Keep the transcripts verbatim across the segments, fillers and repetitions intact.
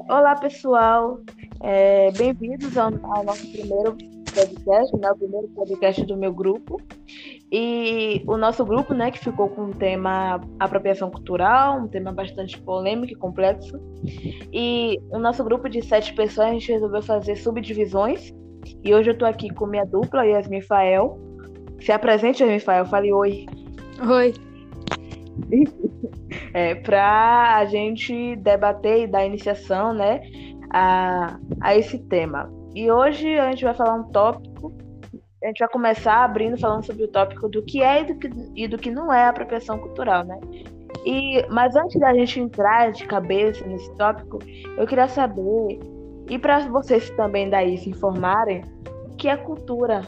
Olá, pessoal. É, bem-vindos ao, ao nosso primeiro podcast, né? O primeiro podcast do meu grupo. E o nosso grupo, né, que ficou com o tema apropriação cultural, um tema bastante polêmico e complexo. E o nosso grupo de sete pessoas, a gente resolveu fazer subdivisões. E hoje eu tô aqui com minha dupla, Yasmin Fael. Se apresente, Yasmin Fael. Fale oi. Oi. É, para a gente debater e dar iniciação, né, a, a esse tema. E hoje a gente vai falar um tópico, a gente vai começar abrindo falando sobre o tópico do que é e do que, e do que não é apropriação cultural, né? E, mas antes da gente entrar de cabeça nesse tópico, eu queria saber, e para vocês também daí se informarem, o que é cultura?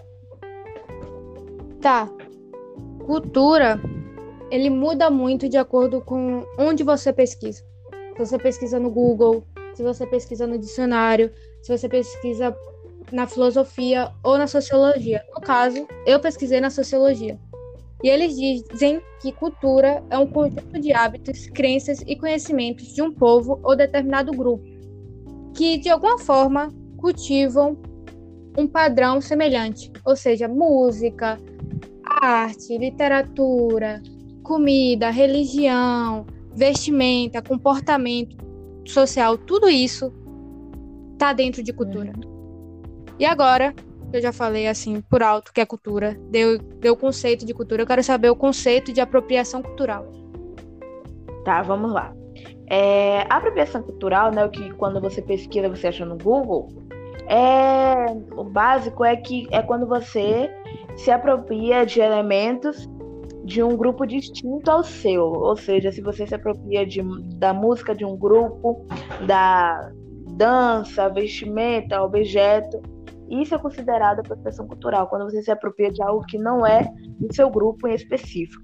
Tá. Cultura, ele muda muito de acordo com onde você pesquisa. Se você pesquisa no Google, se você pesquisa no dicionário, se você pesquisa na filosofia ou na sociologia. No caso, eu pesquisei na sociologia. E eles dizem que cultura é um conjunto de hábitos, crenças e conhecimentos de um povo ou determinado grupo, que de alguma forma cultivam um padrão semelhante, ou seja, música, arte, literatura, comida, religião, vestimenta, comportamento social, tudo isso tá dentro de cultura. Uhum. E agora, eu já falei assim por alto que é cultura, deu, deu o conceito de cultura, eu quero saber o conceito de apropriação cultural. Tá, vamos lá. É, a apropriação cultural, né, o que quando você pesquisa, você acha no Google, é, o básico é que é quando você se apropria de elementos de um grupo distinto ao seu, ou seja, se você se apropria de, da música de um grupo, da dança, vestimenta, objeto, isso é considerado apropriação cultural, quando você se apropria de algo que não é do seu grupo em específico,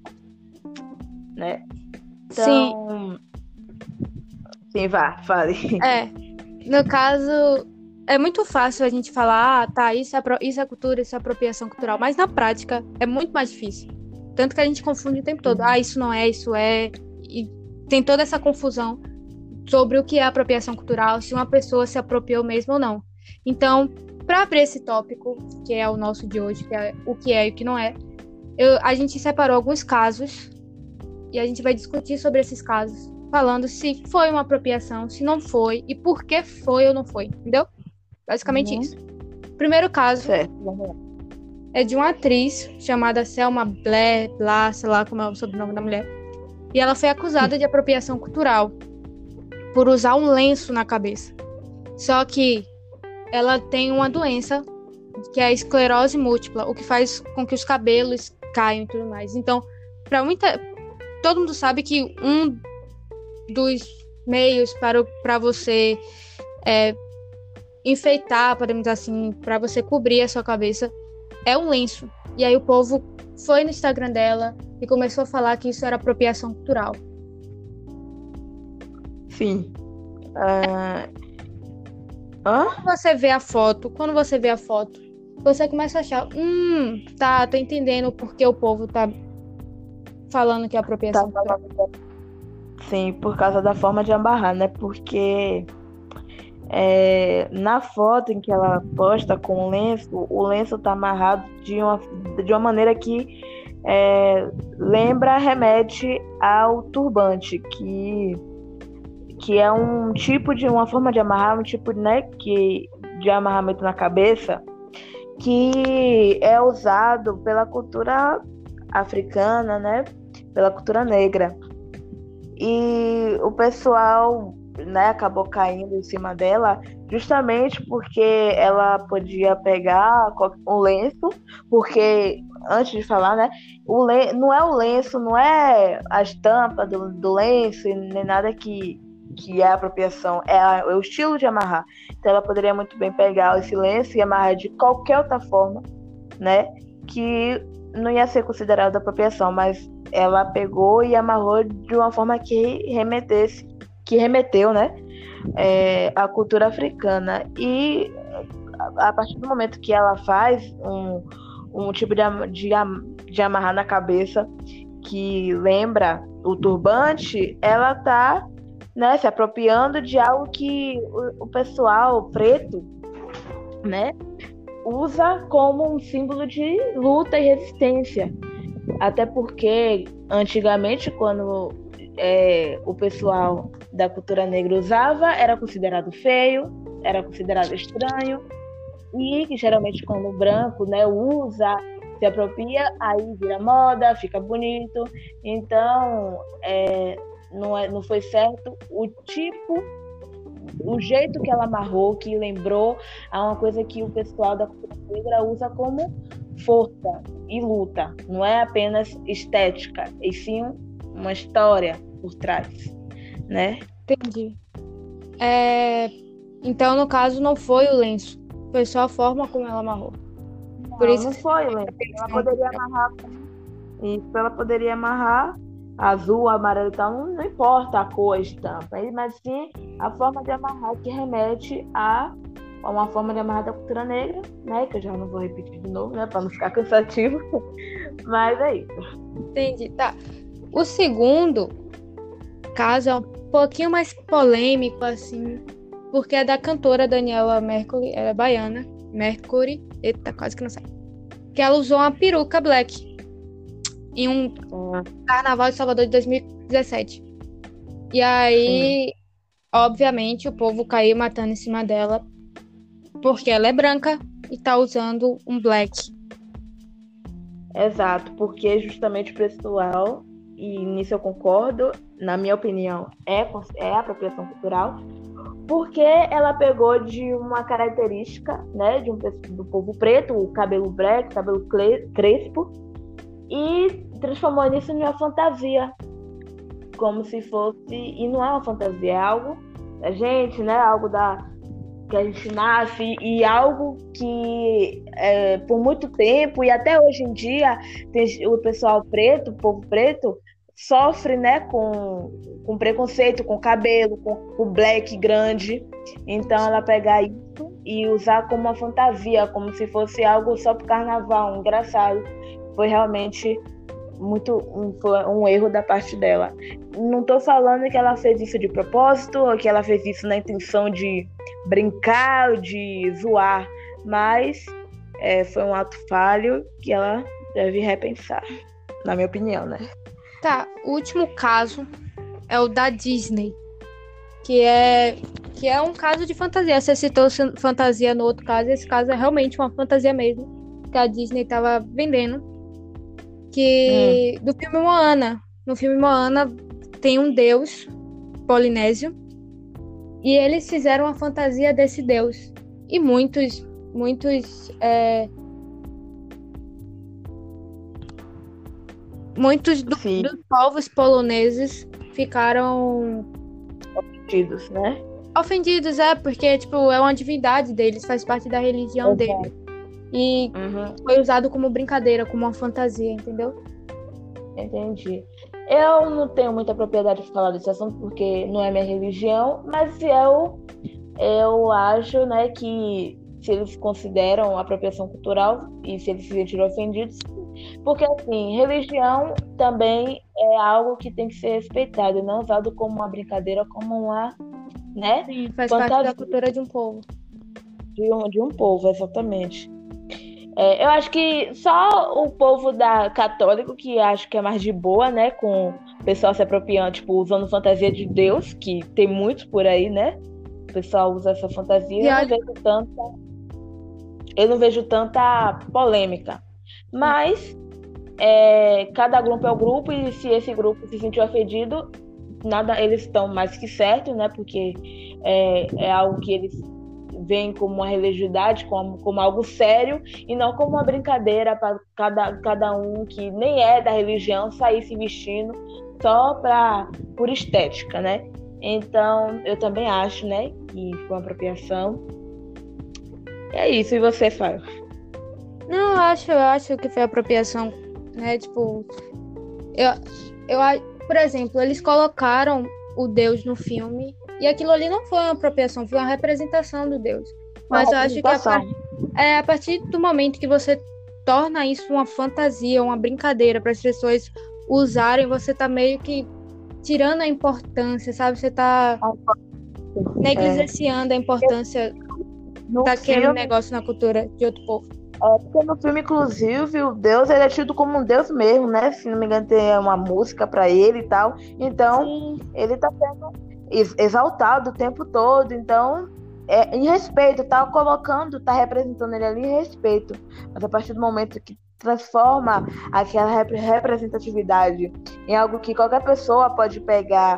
né? Então, sim, sim, vá, fale. É, no caso, é muito fácil a gente falar, ah, tá, isso é, isso é cultura, isso é apropriação cultural, mas na prática é muito mais difícil. Tanto que a gente confunde o tempo todo. Ah, isso não é, isso é. E tem toda essa confusão sobre o que é apropriação cultural, se uma pessoa se apropriou mesmo ou não. Então, para abrir esse tópico, que é o nosso de hoje, que é o que é e o que não é, eu, a gente separou alguns casos e a gente vai discutir sobre esses casos, falando se foi uma apropriação, se não foi e por que foi ou não foi, entendeu? Basicamente uhum. isso. Primeiro caso. Certo, vamos lá. É de uma atriz chamada Selma Blair, Blah, sei lá como é o sobrenome da mulher. E ela foi acusada de apropriação cultural por usar um lenço na cabeça. Só que ela tem uma doença que é a esclerose múltipla, o que faz com que os cabelos caiam e tudo mais. Então, para muita, todo mundo sabe que um dos meios para, para você é, enfeitar, podemos dizer assim, para você cobrir a sua cabeça, é um lenço. E aí o povo foi no Instagram dela e começou a falar que isso era apropriação cultural. Sim. Uh... Hã? Quando você vê a foto, quando você vê a foto, você começa a achar, hum, tá, tô entendendo porque o povo tá falando que é apropriação tá cultural. Sim, por causa da forma de amarrar, né? Porque É, na foto em que ela posta com o lenço, o lenço está amarrado de uma, de uma maneira que é, lembra, remete ao turbante, que, que é um tipo de, uma forma de amarrar, um tipo, né, que, de amarramento na cabeça, que é usado pela cultura africana, né, pela cultura negra. E o pessoal, né, acabou caindo em cima dela justamente porque ela podia pegar o lenço, porque antes de falar, né, o len- não é o lenço, não é a estampa do, do lenço, nem nada que, que é apropriação, é, a, é o estilo de amarrar. Então ela poderia muito bem pegar esse lenço e amarrar de qualquer outra forma, né, que não ia ser considerada apropriação, mas ela pegou e amarrou de uma forma que remetesse que remeteu, né, é, à cultura africana. E a partir do momento que ela faz um, um tipo de, de, de amarrar na cabeça que lembra o turbante, ela está né, se apropriando de algo que o, o pessoal preto, né, usa como um símbolo de luta e resistência. Até porque, antigamente, quando é, o pessoal da cultura negra usava, era considerado feio, era considerado estranho, e geralmente quando o branco, né, usa, se apropria, aí vira moda, fica bonito. Então, é, não, é, não foi certo o tipo, o jeito que ela amarrou, que lembrou a uma coisa que o pessoal da cultura negra usa como força e luta. Não é apenas estética, e sim uma história por trás, né? Entendi. É, Então, no caso, não foi o lenço, foi só a forma como ela amarrou. Por Não, isso não que foi, Lê. Ela poderia amarrar isso, ela poderia amarrar azul, amarelo e tal, não, não importa a cor, a estampa, mas sim a forma de amarrar que remete a, a uma forma de amarrar da cultura negra, né? Que eu já não vou repetir de novo, né? Para não ficar cansativo. Mas é isso. entendi. Tá. O segundo caso é um pouquinho mais polêmico, assim, porque é da cantora Daniela Mercury, ela é baiana. Mercury, eita, quase que não sai. Que ela usou uma peruca black em um Hum, carnaval de Salvador de dois mil e dezessete. E aí, obviamente, o povo caiu matando em cima dela porque ela é branca e tá usando um black. exato, porque justamente o pessoal, e nisso eu concordo, na minha opinião, é, é apropriação cultural, porque ela pegou de uma característica, né, de um, do povo preto, o cabelo black, cabelo crespo, e transformou nisso em uma fantasia, como se fosse, e não é uma fantasia, é algo da gente, né, algo da, que a gente nasce, e algo que é, por muito tempo, e até hoje em dia, tem, o pessoal preto, o povo preto, sofre, né, com, com preconceito, com cabelo, com o black grande. Então ela pegar isso e usar como uma fantasia, como se fosse algo só pro carnaval, engraçado. Foi realmente muito um, foi um erro da parte dela. Não tô falando que ela fez isso de propósito, ou que ela fez isso na intenção de brincar, de zoar, mas é, foi um ato falho que ela deve repensar, na minha opinião, né? Tá, o último caso é o da Disney, que é que é um caso de fantasia. Você citou fantasia no outro caso, esse caso é realmente uma fantasia mesmo, que a Disney tava vendendo, que hum. do filme Moana. No filme Moana tem um deus polinésio e eles fizeram uma fantasia desse deus. E muitos, muitos é, muitos do, dos povos poloneses ficaram ofendidos, né? Ofendidos, é, porque tipo, é uma divindade deles, faz parte da religião uhum. deles. E uhum. foi usado como brincadeira, como uma fantasia, entendeu? Entendi. Eu não tenho muita propriedade de falar desse assunto porque não é minha religião, mas eu, eu acho, né, que se eles consideram apropriação cultural e se eles se sentiram ofendidos, porque, assim, religião também é algo que tem que ser respeitado e não usado como uma brincadeira, como uma, né? Sim, faz fantasia. Parte da cultura de um povo. De um, de um povo, exatamente. É, eu acho que só o povo da católico que acho que é mais de boa, né? Com o pessoal se apropriando, tipo, usando fantasia de Deus, que tem muitos por aí, né? O pessoal usa essa fantasia. E eu, não vejo tanta, eu não vejo tanta polêmica. Mas é, cada grupo é um grupo e se esse grupo se sentiu ofendido, nada, eles estão mais que certos, né? Porque é, é algo que eles veem como uma religiosidade, como, como algo sério e não como uma brincadeira para cada, cada um que nem é da religião sair se vestindo só pra, por estética, né? Então, eu também acho, né, que foi uma apropriação. É isso, e você, Fábio? Não, eu acho, eu acho que foi apropriação, né? Tipo, eu, eu, por exemplo, eles colocaram o Deus no filme e aquilo ali não foi uma apropriação, foi uma representação do Deus. Mas uma eu acho que a, par, é, a partir do momento que você torna isso uma fantasia, uma brincadeira para as pessoas usarem, você tá meio que tirando a importância, sabe? Você tá negligenciando é. a importância no daquele filme, negócio na cultura de outro povo. É, porque no filme, inclusive, o Deus ele é tido como um Deus mesmo, né? Se não me engano, tem uma música pra ele e tal. Então, Sim. ele tá sendo exaltado o tempo todo. Então, é, em respeito, tá colocando, tá representando ele ali em respeito. Mas a partir do momento que transforma aquela rep- representatividade em algo que qualquer pessoa pode pegar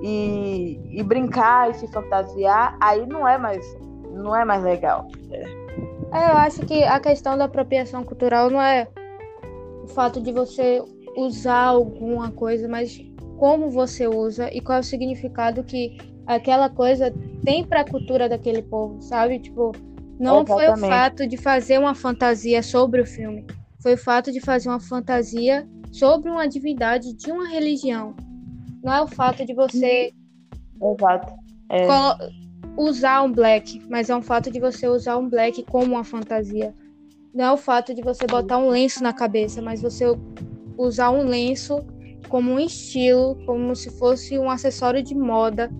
e, e brincar e se fantasiar, aí não é mais, não é mais legal. É, eu acho que a questão da apropriação cultural não é o fato de você usar alguma coisa, mas como você usa e qual é o significado que aquela coisa tem para a cultura daquele povo, sabe? Tipo, não Exatamente. Foi o fato de fazer uma fantasia sobre o filme, foi o fato de fazer uma fantasia sobre uma divindade de uma religião. Não é o fato de você Exato. É. colo- usar um black, mas é um fato de você usar um black como uma fantasia. Não é o fato de você botar um lenço na cabeça, mas você usar um lenço como um estilo, como se fosse um acessório de moda,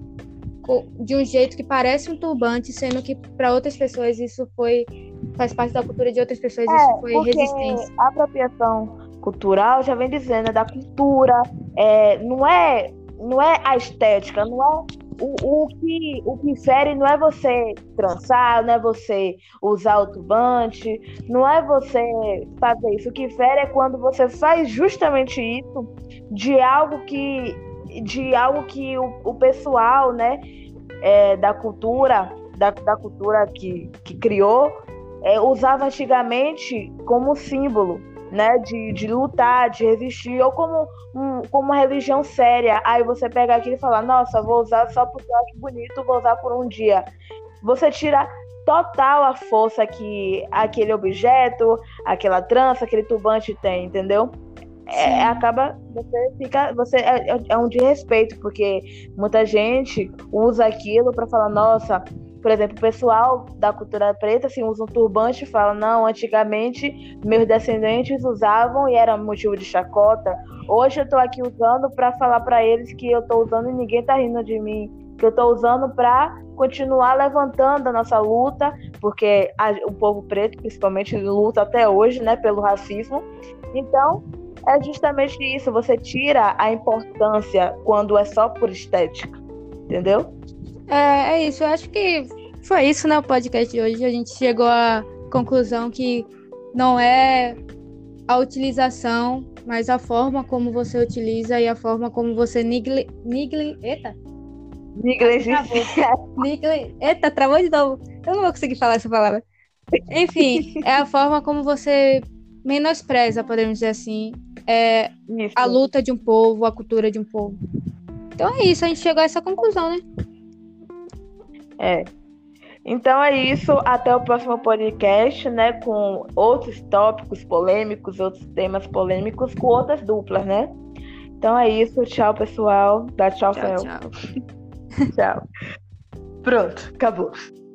de um jeito que parece um turbante, sendo que para outras pessoas isso foi faz parte da cultura de outras pessoas, é, isso foi porque resistência. A apropriação cultural já vem dizendo, é da cultura, é, não é, não é a estética, não é o, o que o que fere, não é você trançar, não é você usar o turbante, não é você fazer isso. O que fere é quando você faz justamente isso de algo que de algo que o, o pessoal, né, é, da cultura da, da cultura que, que criou é, usava antigamente como símbolo, né, de, de lutar, de resistir, ou como, um, como uma religião séria. Aí você pega aquilo e fala, nossa, vou usar só porque eu acho bonito, vou usar por um dia. Você tira total a força que aquele objeto, aquela trança, aquele turbante tem, entendeu? É, acaba, você fica, você é, é um desrespeito, porque muita gente usa aquilo para falar, nossa, por exemplo, o pessoal da cultura preta assim, usa um turbante e fala, não, antigamente meus descendentes usavam e era motivo de chacota. Hoje eu tô aqui usando para falar para eles que eu tô usando e ninguém tá rindo de mim, que eu tô usando para continuar levantando a nossa luta, porque a, o povo preto, principalmente, luta até hoje, né, pelo racismo. Então, é justamente isso, você tira a importância quando é só por estética, entendeu? É, é isso, eu acho que foi isso, né, o podcast de hoje. A gente chegou à conclusão que não é a utilização, mas a forma como você utiliza e a forma como você nigli... nigli... Eita! Negligencia. Nigli... Eita, travou de novo. Eu não vou conseguir falar essa palavra. Enfim, é a forma como você menospreza, podemos dizer assim, é isso. A luta de um povo, a cultura de um povo. Então é isso, a gente chegou a essa conclusão, né? É. Então é isso, até o próximo podcast, né, com outros tópicos polêmicos, outros temas polêmicos, com outras duplas, né? Então é isso, tchau, pessoal. Dá tchau, tchau, Fel. Tchau. Tchau. Pronto, acabou.